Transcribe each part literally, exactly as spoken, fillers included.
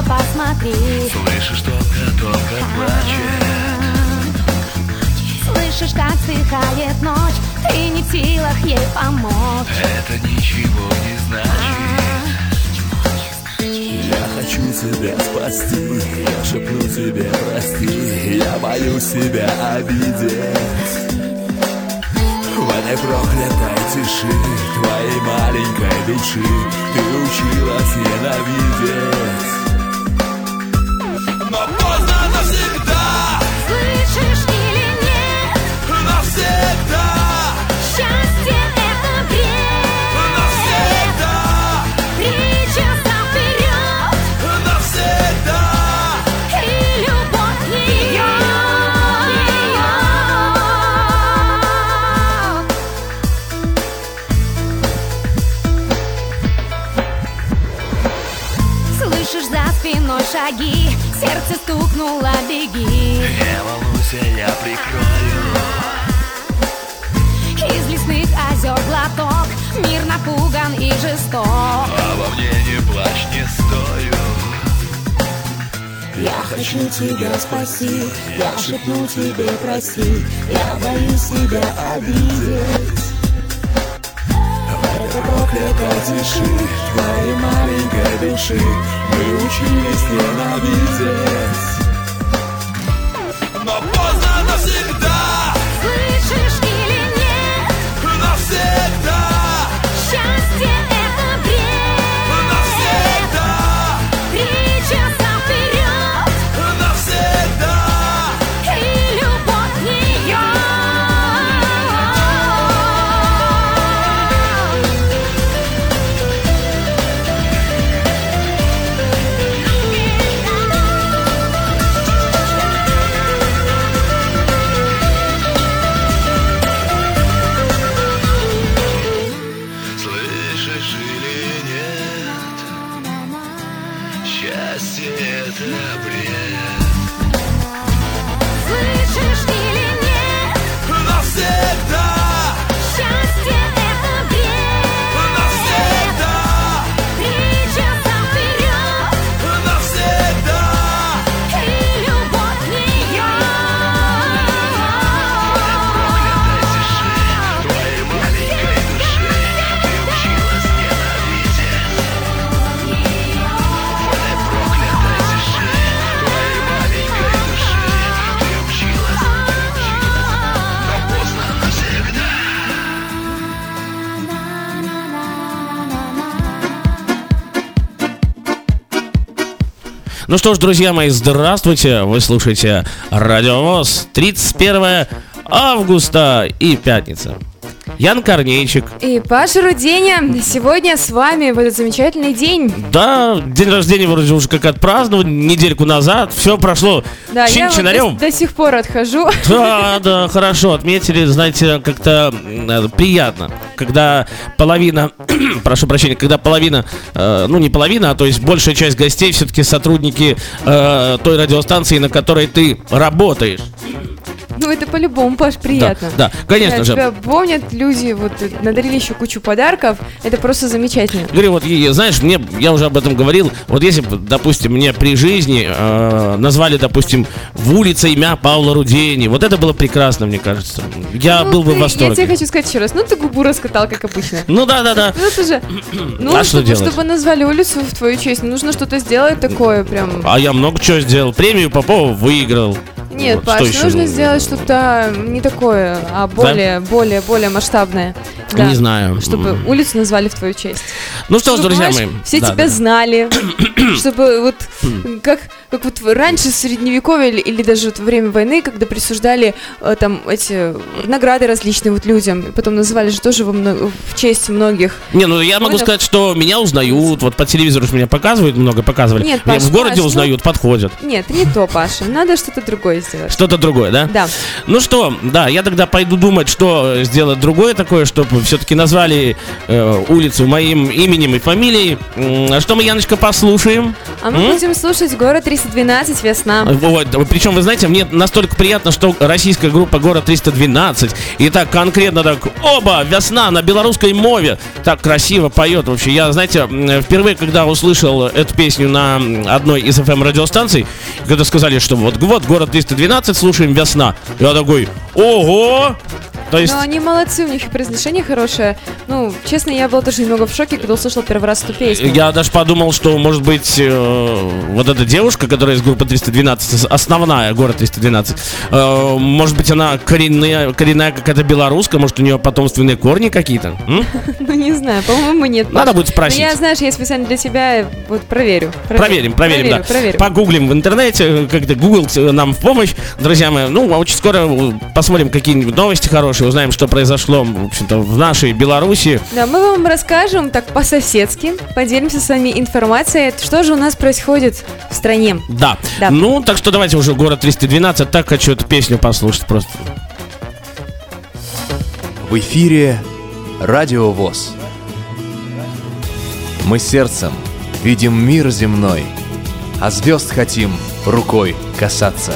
посмотри. Слышишь, тонко-тонко плачет. Слышишь, как вздыхает ночь, ты не в силах ей помочь. Это ничего не значит. Я хочу тебя спасти, я шепну тебе прости, я боюсь тебя обидеть. В этой проклятой тиши твоей маленькой души ты училась ненавидеть. Но поздно навсегда. Слышишь или нет? Навсегда. Счастье — это бред. Навсегда. Причем вперед. Навсегда. И любовь ее. Слышишь за спиной шаги, сердце стукнуло, беги. Не волнуйся, я прикрою. Из лесных озер глоток, мир напуган и жесток. Обо мне не плачь, не стою. Я хочу тебя спасти, я шепну тебе прости, я боюсь тебя обидеть. В этой проклятой тиши твоей маленькой души мы учились ненавидеть. Но поздно навсегда. Слышишь или нет? Навсегда. Счастье — это бред. Навсегда. Три часа вперед. Навсегда. И любовь в нее. Слышишь или нет? Счастье — это бред. Слышишь или нет? Навсегда. Счастье — это бред. Навсегда. Три часа вперед. Навсегда. И любовь в нее. Твоей маленькой души ты училась ненавидеть. В этой проклятой тиши твоей маленькой души ты училась, ты училась. Но поздно навсегда. Ну что ж, друзья мои, здравствуйте! Вы слушаете Радио ВОС. тридцать первое августа и пятница. Ян Корнейчик. И Паша Руденя. Сегодня с вами в этот замечательный день. Да, день рождения вроде уже как отпраздновали недельку назад. Все прошло Да, я вот чин-чинарем. до, до сих пор отхожу. Да, да, хорошо, отметили, знаете, как-то э, приятно, когда половина, прошу прощения, когда половина, э, ну не половина, а то есть большая часть гостей все-таки сотрудники э, той радиостанции, на которой ты работаешь. Ну, это по-любому, Паш, приятно. Да, да, конечно Когда же. тебя помнят люди, вот надарили еще кучу подарков. Это просто замечательно. Говорю, вот, и, знаешь, мне, я уже об этом говорил, вот если бы, допустим, мне при жизни э, назвали, допустим, в улице имя Павла Рудени, вот это было прекрасно, мне кажется. Я Ну, был бы ты- в восторге. Я тебе хочу сказать еще раз. Ну, ты губу раскатал, как обычно. Ну да, да, да. Ну, это же... Ну, А что чтобы, делать? чтобы назвали улицу в твою честь, нужно что-то сделать такое прям... А я много чего сделал. Премию Попова выиграл. Нет, Вот, Паш, что еще нужно нужно? сделать что-то не такое, а более, более, более масштабное. Да. Не знаю. Чтобы М. улицу назвали в твою честь. Ну что ж, Чтобы, друзья понимаешь, мои. все Да, тебя да, да. знали, чтобы вот как, как вот раньше в средневековье или, или даже вот во время войны, когда присуждали э, там эти награды различные вот людям, и потом называли же тоже во мно- в честь многих. Не, ну я могу Понял? сказать, что меня узнают. Вот по телевизору же меня показывают, много показывали. Нет, Меня Паш, в городе Паш, ну- узнают, подходят. Нет, не то, Паша, надо что-то другое сделать. Что-то другое, да? Да. Ну что, да, я тогда пойду думать, что сделать другое такое, чтобы все-таки назвали э, улицу моим именем именем и фамилией. М, Что мы, Яночка, послушаем? А мы М? будем слушать «Город триста двенадцать. Весна». Вот, причем, вы знаете, мне настолько приятно, что российская группа «Город триста двенадцать» и так конкретно так, оба, «Весна» на белорусской мове так красиво поет вообще. Я, знаете, м, впервые, когда услышал эту песню на м, одной из эф эм-радиостанций, когда сказали, что вот, вот «Город триста двенадцать», слушаем «Весна», я такой, ого! То есть... Ну, они молодцы, у них и произношение хорошее. Ну, честно, я была тоже немного в шоке, когда услышала первый раз эту песню. Я даже подумал, что, может быть, э, вот эта девушка, которая из группы триста двенадцать, основная, «Город триста двенадцать, э, может быть, она коренная, коренная какая-то белорусская, может, у нее потомственные корни какие-то? М? Ну, не знаю, по-моему, нет. Надо будет Но спросить. я, знаешь, я специально для тебя вот проверю. Проверим, проверим, да. проверю. Погуглим в интернете, как-то Google нам в помощь, друзья мои. Ну, а очень скоро посмотрим какие-нибудь новости хорошие, узнаем, что произошло, в общем-то, в нашей Беларуси. Да, мы вам расскажем так по-соседски, поделимся с вами информацией, что же у нас происходит в стране. Да. Да. Ну, так что давайте уже «Город триста двенадцать», так хочу эту песню послушать просто. В эфире Радио ВОС. Мы сердцем видим мир земной, а звезд хотим рукой касаться.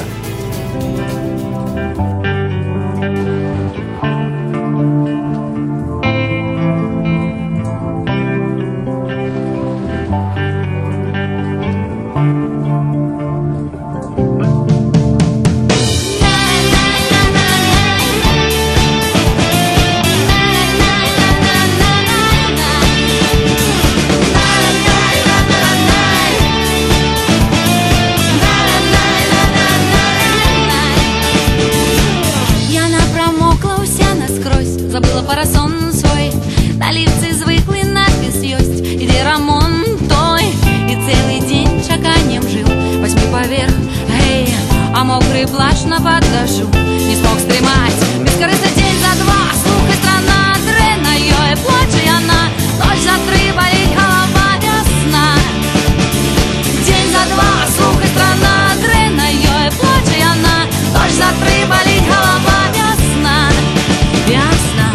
Яна промокла уся наскрозь, забыла парасон свой. На лівці звикли надпис ёсць, ідзе рамонт той. І цэлы дзень чаканнем жыў, васьмі паверх, гэй, а мокры плащ на паддажджу не смог стрымаць. Бескарысны дзень за два, слухай, страна дрэнна ёй, плаче яна, ноч за тры баліць галава вясна. Дзень за два, слухай, страна дрэнна ёй, плаче яна, ноч за тры баліць галава вясна. Вясна.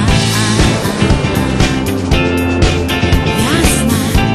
Вясна.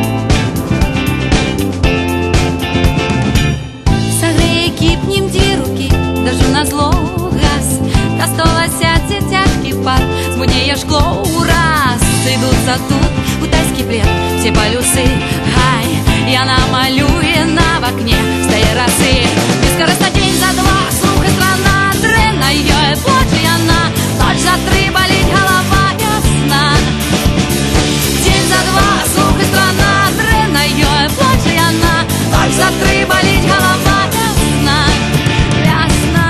Сагрэе кіпнем дзве рукі, дажджу назло газ. Да стола сядзе цяжкі пар, збуднее шкло ураз. Сыдуцца тут у тайскі плед, все палюсы, гай. Яна малюе на вакне, стае расы. Бескарысна дзень за два, слухай, страна дрэнна ёй, плаче яна, ноч за тры баліць галава вясна. Дзень за два, слухай, страна дрэнна ёй, плаче яна, ноч за тры баліць галава вясна. Вясна.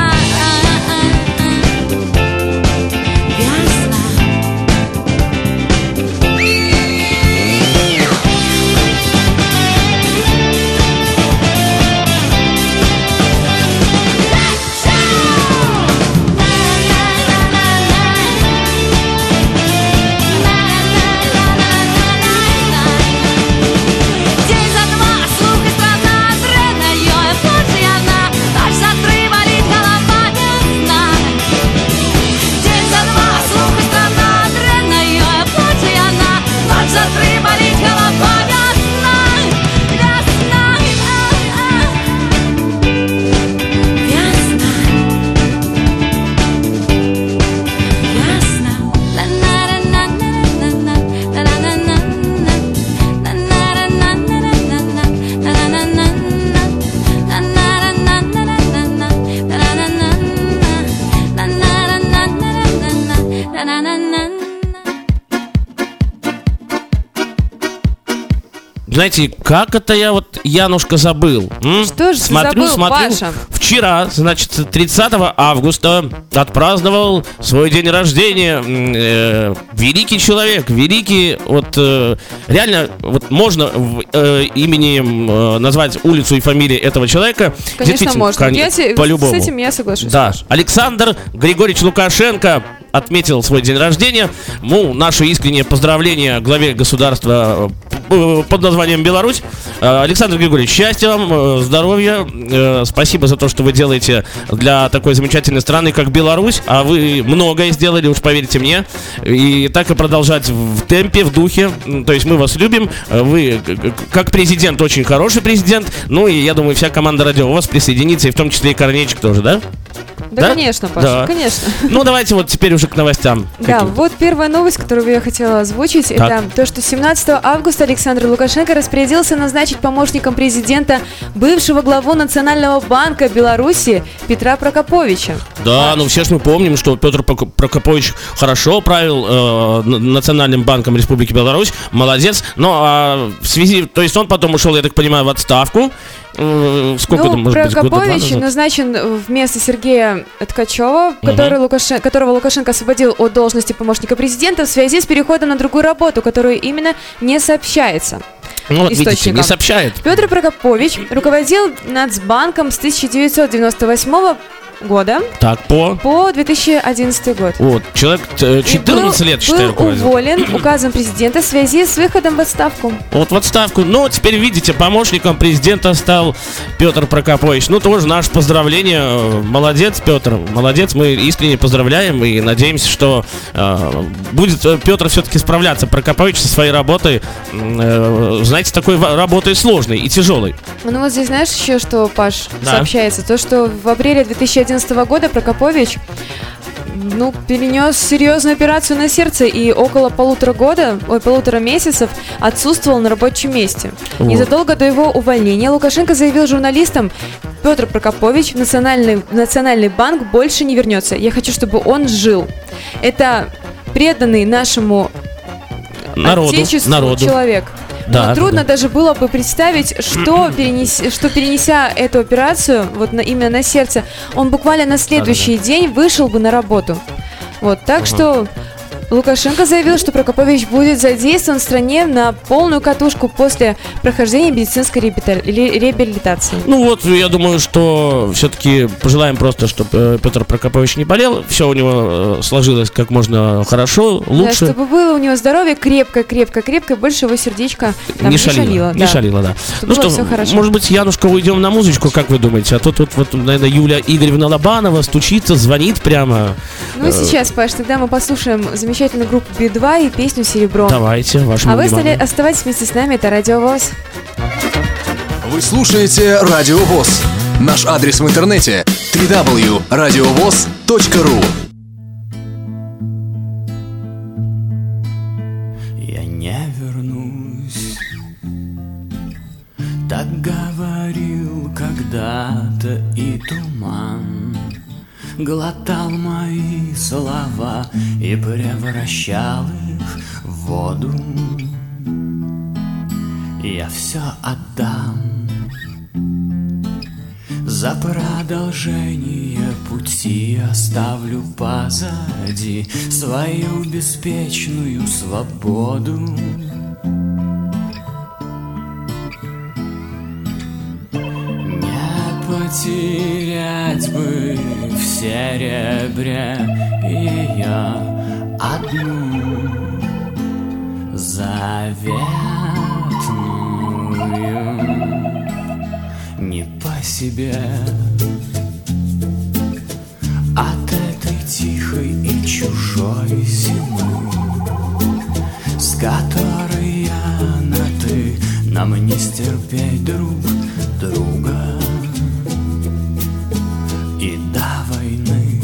Вясна. День за два, слухай, страна дрэнна ёй, плаче яна, ноч за тры баліць галава вясна. День за два, слухай, страна дрэнна ёй, плаче яна, ноч за тры баліць галава вясна. Вясна. Вясна. Вясна. На-на-на-на-на-на-на, на-на-на-на-на, на-на-на-на-на-на, на-на-на-на-на, на-на-на-на-на-на, на-на-на-на-на-на, на-на-на-на-на-на. Знаете, как это я вот, Янушка, забыл? М? Что ж ты смотрю, забыл, смотрю, Паша? Вчера, значит, тридцатого августа отпраздновал свой день рождения м, э, великий человек, великий, вот э, реально, вот можно в, э, именем э, назвать улицу и фамилию этого человека. Конечно, Действительно, можно. кон- Я те- по-любому. с этим я соглашусь. Да, Александр Григорьевич Лукашенко отметил свой день рождения. Ну, наши искренние поздравления главе государства э, под названием «Беларусь». Э, Александр Григорьевич, счастья вам, э, здоровья. Э, спасибо за то, что вы делаете для такой замечательной страны, как Беларусь. А вы многое сделали, уж поверьте мне. И так и продолжать в темпе, в духе. То есть мы вас любим. Вы, как президент, очень хороший президент. Ну и я думаю, вся команда радио у вас присоединится, и в том числе и Корнейчик тоже, да? Да, Да? конечно, Паша, Да. конечно. Ну, давайте вот теперь уже к новостям. Да, каким-то. вот первая новость, которую я хотела озвучить, это то, что семнадцатого августа Александр Лукашенко распорядился назначить помощником президента бывшего главу Национального банка Беларуси Петра Прокоповича. Да, ну все ж мы помним, что Петр Прок- Прокопович хорошо правил э, н- Национальным банком Республики Беларусь, молодец. Но а, в связи, то есть он потом ушел, я так понимаю, в отставку. Э, сколько Ну, это может быть, года два Прокопович назад? назначен вместо Сергея Ткачева, который Лукашен- которого Лукашенко освободил от должности помощника президента в связи с переходом на другую работу, которую именно не сообщается. Ну вот видите, источникам. не сообщает. Петр Прокопович руководил Нацбанком с тысяча девятьсот девяносто восьмого года Так, по... по две тысячи одиннадцатый год. Вот, человек э, И четырнадцать был, лет, считай, был руководил. уволен указом президента в связи с выходом в отставку. Вот в отставку. Ну, теперь видите, помощником президента стал Петр Прокопович. Ну, тоже наше поздравление. Э, Молодец, Петр. Молодец. Мы искренне поздравляем и надеемся, что э, будет э, Петр все-таки справляться, Прокопович, со своей работой. Э, знаете, такой ва- работой сложной и тяжелой. Ну вот здесь знаешь еще, что, Паш, Да. сообщается? То, что в апреле две тысячи одиннадцатого года Прокопович ну, перенес серьезную операцию на сердце и около полутора года, ой, полутора месяцев отсутствовал на рабочем месте. Вот. Незадолго до его увольнения Лукашенко заявил журналистам: Петр Прокопович в национальный, в Национальный банк больше не вернется. Я хочу, чтобы он жил. Это преданный нашему Народу, отечеству народу. человек. Да, Но трудно да. даже было бы представить, что, перенес, что перенеся эту операцию, вот на, именно на сердце, он буквально на следующий день вышел бы на работу. Вот, так что Лукашенко заявил, что Прокопович будет задействован в стране на полную катушку после прохождения медицинской реабита- ре- реабилитации. Ну вот, я думаю, что все-таки пожелаем просто, чтобы Петр Прокопович не болел. Все у него э, сложилось как можно хорошо, Да, лучше. чтобы было у него здоровье крепко, крепко, крепко, больше его сердечко там, не шалило, не да. шалило, да. Чтобы Ну было что, всё хорошо. может быть, Янушка, уйдем на музычку, как вы думаете? А то тут вот, наверное, Юлия Игоревна Лобанова стучится, звонит прямо. Ну и сейчас, Паш, тогда мы послушаем замечательную группу би два и песню «Серебро». Давайте, вашему А вы вниманию. стали, оставайтесь вместе с нами, это Радио ВОС. Вы слушаете Радио ВОС. Наш адрес в интернете дабл ю дабл ю дабл ю точка радиовос точка ру. Я не вернусь, так говорил когда-то и туман. Глотал мои слова и превращал их в воду. Я все отдам за продолжение пути, оставлю позади свою беспечную свободу. Потерять бы в серебре ее одну заветную. Не по себе от этой тихой и чужой зимы, с которой я на ты, нам не стерпеть друг друга. И до войны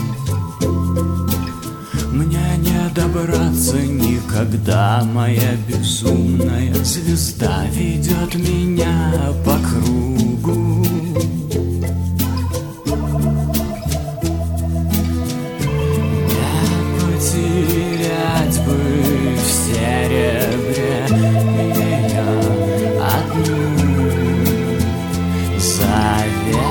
мне не добраться никогда. Моя безумная звезда ведет меня по кругу. Не потерять бы в серебре ее одну заветную.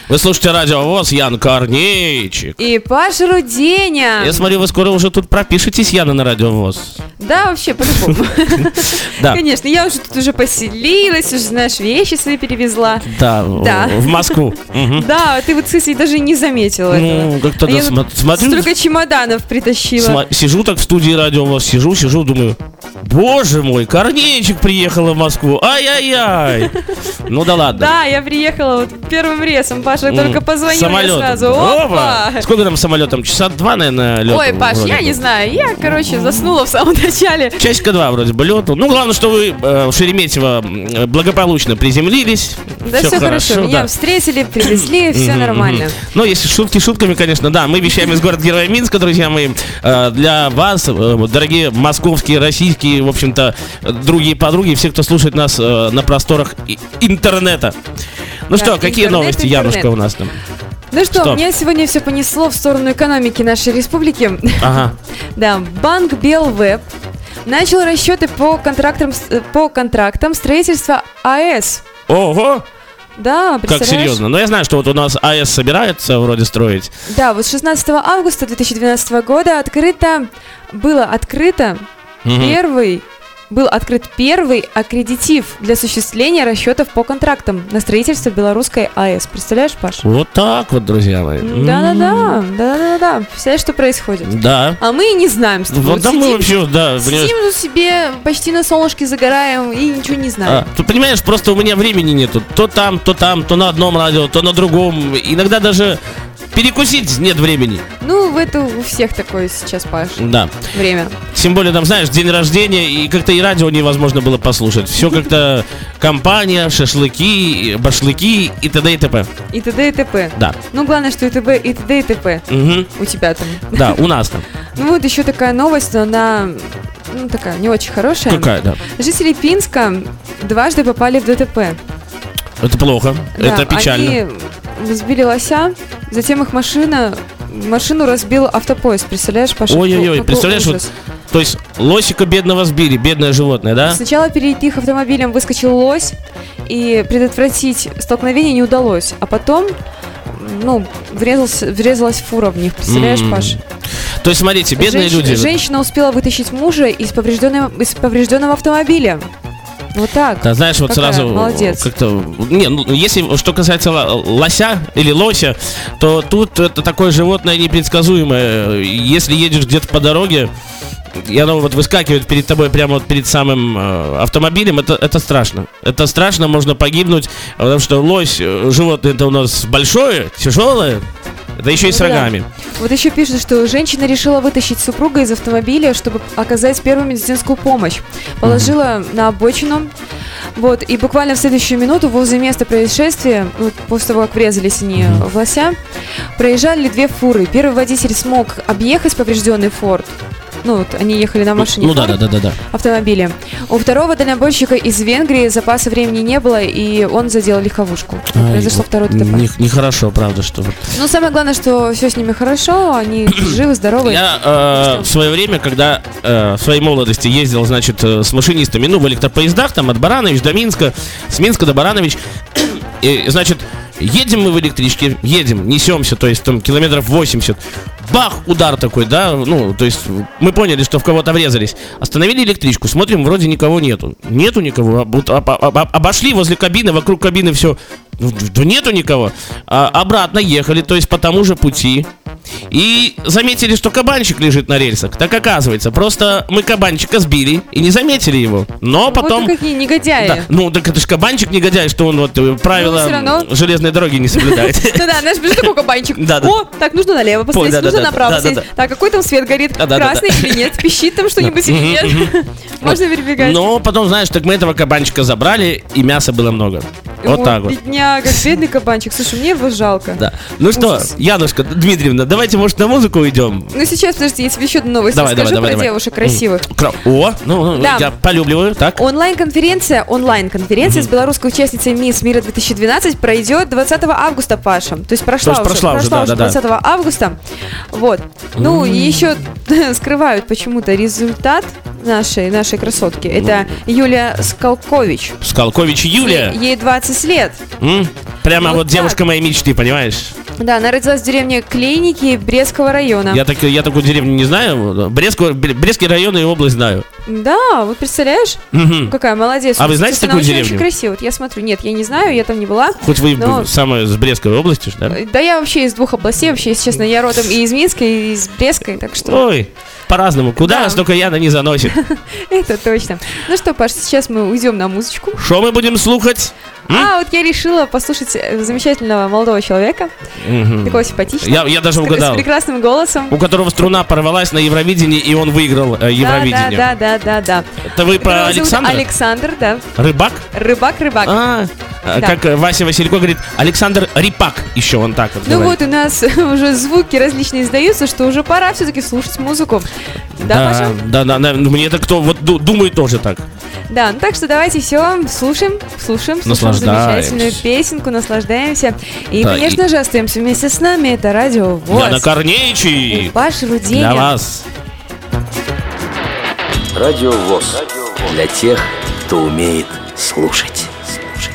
Вы слушаете Радио ВОС, Ян Корнейчик. И Паша Руденя. Я смотрю, вы скоро уже тут пропишетесь, Яна, на Радио ВОС. Да, вообще, по-любому. Да. Конечно, я уже тут уже поселилась, уже, знаешь, вещи свои перевезла. Да, Да. в Москву. Мгм. Да, ты вот, кстати, даже не заметила Ну, этого. как-то А да, я тут смо- смотрю, столько чемоданов притащила. сма- сижу так в студии Радио ВОС, сижу, сижу, думаю, боже мой, Корнейчик приехала в Москву, ай-яй-яй. Ну да ладно. Да, я приехала вот первым рейсом, Паша М, только позвонил мне самолетом. сразу. Опа! Сколько там самолетом? Часа два, наверное, лету. Ой, Паш, вроде я бы. не знаю, я, короче, заснула в самом начале. Часика два вроде бы лету. Ну, главное, что вы э, в Шереметьево м, благополучно приземлились. Да, все хорошо, меня да. встретили, привезли, все Мгм, нормально. мгм. Ну, если шутки шутками, конечно, да. Мы вещаем из города Героя Минска, друзья мои. Э, Для вас, э, дорогие московские, российские, в общем-то, э, другие подруги, все, кто слушает нас э, на просторах и- интернета. Ну Да, что, какие интернет, новости, интернет. Янушка, у нас там? Ну что, Что? меня сегодня все понесло в сторону экономики нашей республики. Ага. Да, банк Белвеб начал расчеты по контрактам, с- по контрактам строительства АЭС. Ого! Да, Как представляешь? серьезно? Ну, я знаю, что вот у нас АЭС собирается вроде строить. Да, вот шестнадцатого августа две тысячи двенадцатого года открыто, было открыто Мгм. первый, был открыт первый аккредитив для осуществления расчетов по контрактам на строительство белорусской АЭС. Представляешь, Паш? Вот так вот, друзья мои. Да-да-да, да-да-да, представляешь, что происходит? Да. А мы и не знаем, с тобой. Вот да мы сидим, вообще, да, понимаешь, сидим тут себе, почти на солнышке загораем и ничего не знаем. а, ты понимаешь, просто у меня времени нету. То там, то там, то на одном радио, то на другом. Иногда даже перекусить нет времени. Ну, в это у всех такое сейчас, Паш, Да. время. Тем более, там, знаешь, день рождения, и как-то и радио невозможно было послушать. Все как-то компания, шашлыки, башлыки и т.д. и т.п. И т.д. и т.п. Да. Ну, главное, что и т.б. и т.д. и т.п. Мгм. у тебя там. Да, у нас там. Ну, вот еще такая новость, но она, ну, такая не очень хорошая. Какая, да. Жители Пинска дважды попали в ДТП. Это плохо, Да, это печально. Они сбили лося, затем их машина, машину разбил автопоезд, представляешь, Паша? Ой-ой-ой, Какой представляешь, вот, ужас. то есть лосика бедного сбили, бедное животное, да? Сначала перед их автомобилем выскочил лось, и предотвратить столкновение не удалось. А потом, ну, врезался, врезалась фура в них, представляешь, М. Паш? То есть, смотрите, бедные Женщ- люди. Женщина успела вытащить мужа из поврежденного, из поврежденного автомобиля. Вот так. Да, знаешь, вот Какая сразу молодец. как-то... Не, ну, если что касается л- лося или лося, то тут это такое животное непредсказуемое. Если едешь где-то по дороге, и оно вот выскакивает перед тобой прямо вот перед самым э, автомобилем, это, это страшно. Это страшно, можно погибнуть, потому что лось, э, животное это у нас большое, тяжелое, это еще и с Ну да. рогами. Вот еще пишут, что женщина решила вытащить супруга из автомобиля, чтобы оказать первую медицинскую помощь. Положила на обочину. Вот, и буквально в следующую минуту возле места происшествия, ну, после того, как врезались они в лося, проезжали две фуры. Первый водитель смог объехать поврежденный форд. Ну, вот они ехали на машине Ну да, Ford, да, да, да, да. автомобиле. У второго дальнобойщика из Венгрии запаса времени не было, и он задел легковушку. Ай, Произошло вот второе ДТП. не- Нехорошо, правда, что вот. Но самое главное, что все с ними хорошо, они живы, здоровы. Я э, в свое время, когда э, в своей молодости ездил, значит, э, с машинистами, ну, в электропоездах, там, от Баранович до Минска, с Минска до Баранович, и, значит, едем мы в электричке, едем, несемся, то есть, там, километров восемьдесят, бах, удар такой, да, ну, то есть, мы поняли, что в кого-то врезались, остановили электричку, смотрим, вроде никого нету, нету никого, об- об- об- обошли возле кабины, вокруг кабины все, да нету никого, а, обратно ехали, то есть, по тому же пути, и заметили, что кабанчик лежит на рельсах. Так оказывается, просто мы кабанчика сбили и не заметили его. Но потом... Вот вы какие негодяи. Да, ну, так это же кабанчик негодяй, что он вот э, правила всё равно. железной дороги не соблюдает. Ну да, знаешь, бежит такой кабанчик. Да, да. О, так, нужно налево посмотреть, да, да, нужно да, направо да, да, посмотреть. Так, какой там свет горит? Да, да, да, Красный или нет? Пищит там что-нибудь или нет? Можно перебегать. Но потом, знаешь, так мы этого кабанчика забрали, и мяса было много. Вот О, так вот. бедняга, бедный кабанчик. Слушай, мне его жалко. Да. Ну что, Ужас. Янушка Дмитриевна, давайте, может, на музыку уйдем? Ну сейчас, подожди, я тебе еще одну новость Давай, расскажу давай, давай, про давай. девушек красивых. Кра- О, ну, ну, Да. я полюбливаю, так? Онлайн-конференция, онлайн-конференция с белорусской участницей Мисс Мира две тысячи двенадцать пройдет двадцатого августа, Паша. То есть прошла, То есть уже, прошла уже, да, да, да. двадцатого августа. Вот. Ну, и еще скрывают почему-то результат. нашей, нашей красотки. Это Юлия Скалкович. Скалкович Юлия. Ей двадцать лет. М? Прямо вот, Вот девушка так. моей мечты, понимаешь? Да, она родилась в деревне Клейники Брестского района. Я, так, я такую деревню не знаю. Брестскую, Бр- Брестский район и область знаю. Да, вот представляешь, Мгм. какая молодец. А вы знаете Слушайте, такую она очень, деревню? очень красиво. Вот я смотрю, нет, я не знаю, я там не была. Хоть вы Но- самая с Брестской области, что ли? Да я вообще из двух областей, вообще, если честно, я родом и из Минска, и из Брестской, так что Ой, по-разному. Куда Да. нас только Яна не заносит. это точно. Ну что, Паш, сейчас мы уйдем на музычку. Что мы будем слухать? М? А, вот я решила послушать э, замечательного молодого человека, Мгм. такого симпатичного. Я, я даже с, угадал. с прекрасным голосом. У которого струна порвалась на Евровидении, и он выиграл э, Да, Евровидение. да, да, да, да, да. Это вы про Которого зовут Александра? Александр, да. Рыбак? Рыбак, рыбак. А, а, Да. как э, Вася Василько говорит, Александр Рипак еще он так вот Ну говорит. вот у нас уже звуки различные издаются, что уже пора все-таки слушать музыку. Да, Паша? да, да, да, ну, мне это кто вот ду- думает тоже так. Да, ну так что давайте все, слушаем, слушаем, слушаем Наслаждаемся. замечательную песенку, наслаждаемся. И, Да, конечно и- же, остаемся вместе с нами. Это Радио ВОС. Яна Корнейчи Паша Руденя. для вас. Радио ВОС. Для тех, кто умеет слушать. Слушать.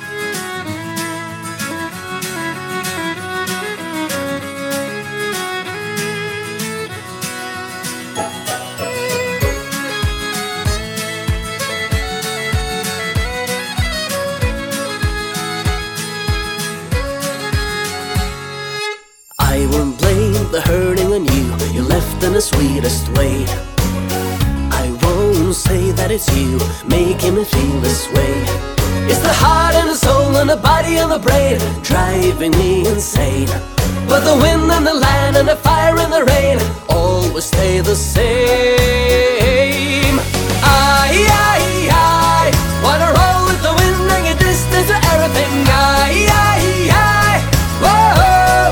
I won't blame the hurting on you. You left in the sweetest way. I won't say that it's you making me feel this way. It's the heart and the soul and the body and the brain driving me insane. But the wind and the land and the fire and the rain always stay the same. I, I, I wanna roll with the wind and get distance to everything. I, I, I, whoa.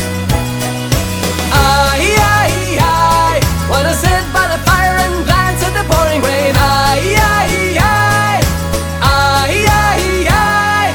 I, I, I wanna sit by the fire and glance at the pouring rain. I, I, I, I, I, I.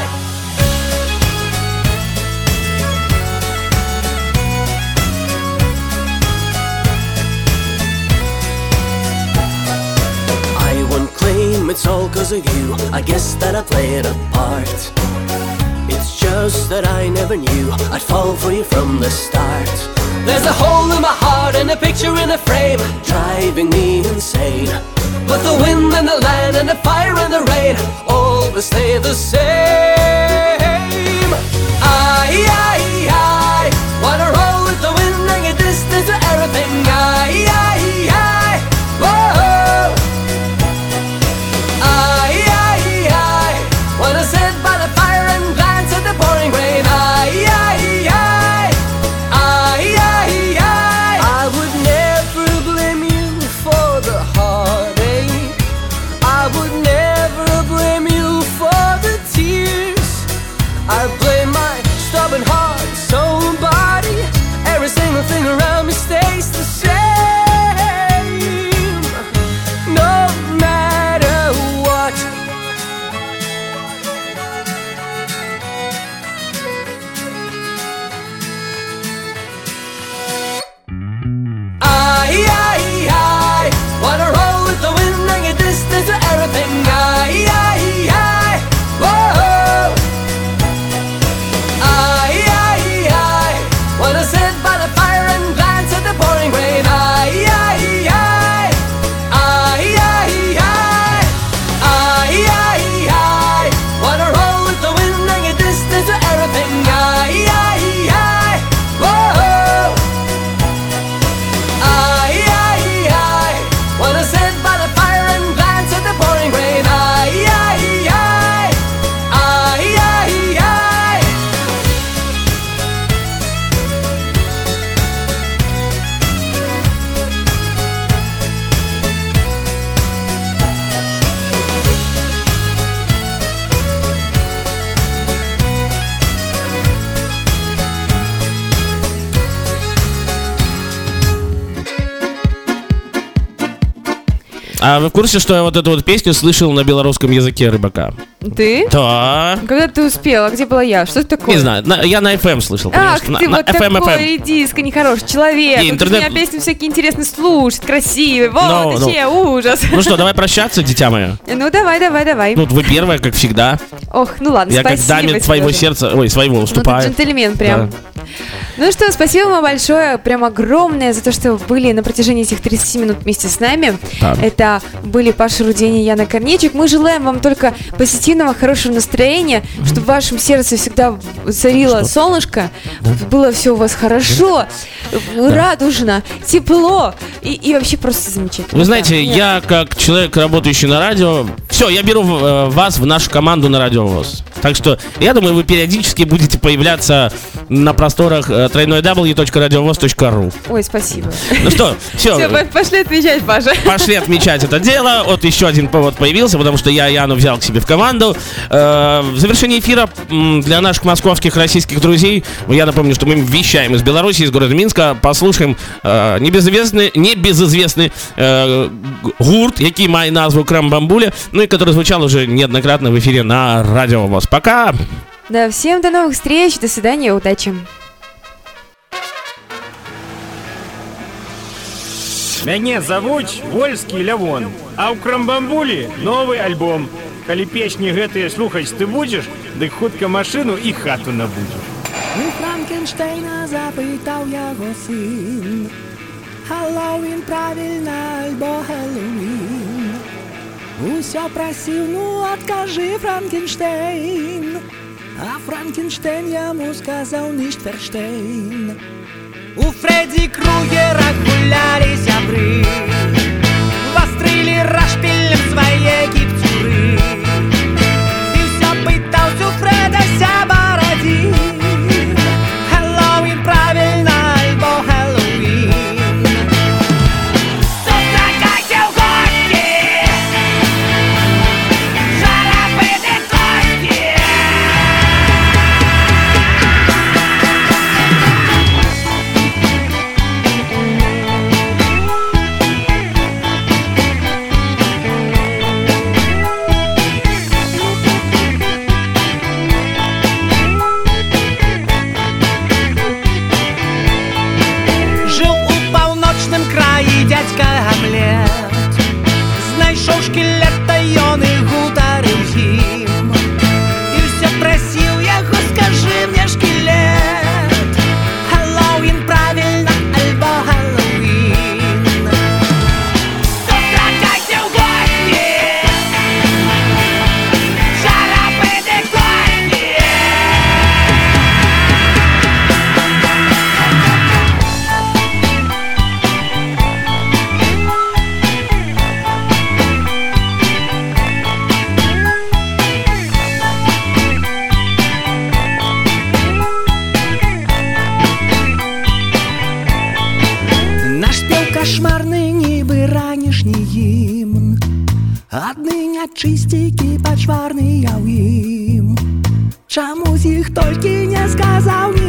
I won't claim it's all cause of you. I guess that I played a part. It's just that I never knew I'd fall for you from the start. There's a hole in my heart and a picture in a frame driving me insane. But the wind and the land and the fire and the rain always stay the same. I, I, I wanna roll with the wind and get distance to everything. I, I, I, whoa. I, I, I wanna sit by the fire and glance at the pouring rain. I, I, I, I, I, I. I would never blame you for the heartache. I would never blame you for the tears. I blame my stubborn heart, soul and body. Every single thing around me stays the same. No matter what. I, I, I wanna roll with the wind and get distance to everything. I, I, I, whoa. I, I, I wanna sit by the fire and glance at the pouring rain. I, I, I, I, I, I, I, I, I wanna roll with the wind and get distance to everything. I, I, I, whoa. I, I, I wanna sit by the fire and glance at the pouring rain. I, I, I, I, I, I. А вы в курсе, что я вот эту вот песню слышал на белорусском языке Рыбака? Ты? Да. Когда ты успела? Где была я? Что это такое? Не знаю, на- я на эф эм слышал, Ах, конечно. ты на, вот на эф эм, такой эф эм. редиска, нехороший человек. И Вот интернет- у меня песни всякие интересные слушать, красивые. Вот, Ну, ну. вообще, ужас. Ну что, давай прощаться, дитя мое. Ну, давай, давай, давай. Ну, вы первая, как всегда. Ох, ну ладно, Я как спасибо даме тебе твоего тоже. сердца, ой, своего Ну, ты уступаю. джентльмен прям. Да. Ну что, спасибо вам большое, прям огромное за то, что вы были на протяжении этих тридцати минут вместе с нами. Да. Это были Паша Рудень и Яна Корнейчик. Мы желаем вам только позитивного, хорошего настроения, чтобы в вашем сердце всегда царило солнышко, было все у вас хорошо, радужно, тепло и, и вообще просто замечательно. Вы знаете, Да. Нет. я как человек, работающий на радио, все, я беру э, вас в нашу команду на Радио ВОС. Так что, я думаю, вы периодически будете появляться на просторах э, дабл ю дабл ю дабл ю точка радиовос точка ру. Ой, спасибо. Ну что, все, Все, пошли отмечать, Паша. пошли отмечать это дело. Вот еще один повод появился, потому что я Яну взял к себе в команду. Э, в завершении эфира м, для наших московских российских друзей, я напомню, что мы вещаем из Беларуси, из города Минска. Послушаем э, небезызвестный, небезызвестный э, гурт, який має назву Крам-Бамбуля, ну и который звучал уже неоднократно в эфире на Радио ВОС. Пока! Да, всем до новых встреч, до свидания, удачи. Мяне завуць Вольскі Лявон, а ў Крамбамбулі новы альбом. Калі песні гэтыя слухаць ты будзеш, дык хутка машыну і хату набудзеш. У Франкенштейна запытаў яго сын. Хэллоуін правільна альбо Хэллоуін. Усё прасіў, ну адкажы, Франкенштейн. А Франкенштейн яму сказаў Ніштверштейн. У Фредді Кругера гулялі сябры, вастрылі рашпілем свае кіпцюры. І ўсё пытаўся у Фреда сябар адзін. Хэллоуін правільна альбо Хэллоуін. Сустракайце ў госці, жарабыны косці. Жыў у паўночным краі дзядзька Гамлет. Знайшоў шкілета, ён і гутарыў з ім. І ўсё прасіў яго, скажы мне, шкілет, Хэллоуін правільна альбо Хэллоуін. Сустракайце ў госці, жарабыны косці. Наш спеў кашмарны, нібы ранішні гімн. Адны нячысцікі пачварныя ў ім. Чаму з іх толькі не сказаў